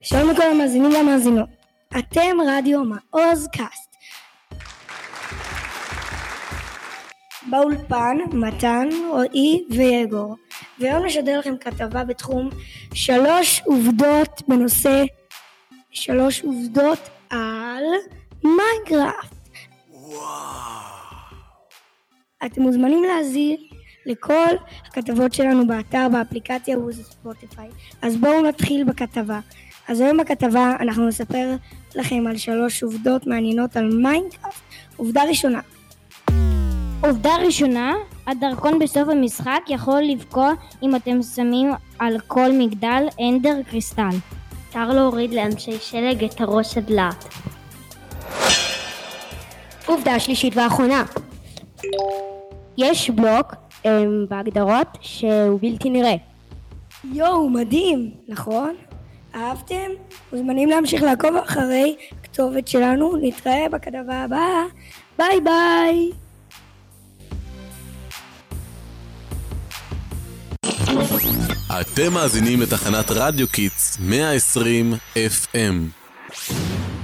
שלום לכל המאזינים והמאזינות, אתם רדיו מעוז קאסט. באולפן מתן, רועי ויגור, והיום נשדר לכם כתבה בתחום 3 עובדות בנושא 3 עובדות על מיינקראפט. אתם מוזמנים להאזין לכל הכתבות שלנו באתר, באפליקציה ובספוטיפיי. אז בואו נתחיל בכתבה. אז היום בכתבה אנחנו נספר לכם על 3 עובדות מעניינות על מיינקראפט. עובדה ראשונה, הדרכון בסוף המשחק יכול לפגוע אם אתם שמים על כל מגדל אנדר קריסטל. אפשר להוריד לאנשי שלג את הראש הדלת. עובדה שלישית ואחרונה, יש בלוק בהגדרות שהוא בלתי נראה. יואו, מדהים, נכון? אהבתם? מוזמנים להמשיך לעקוב אחרי כתובת שלנו. נתראה בכתבה הבאה. ביי ביי. אתם מאזינים לתחנת רדיו קיטס 120 FM.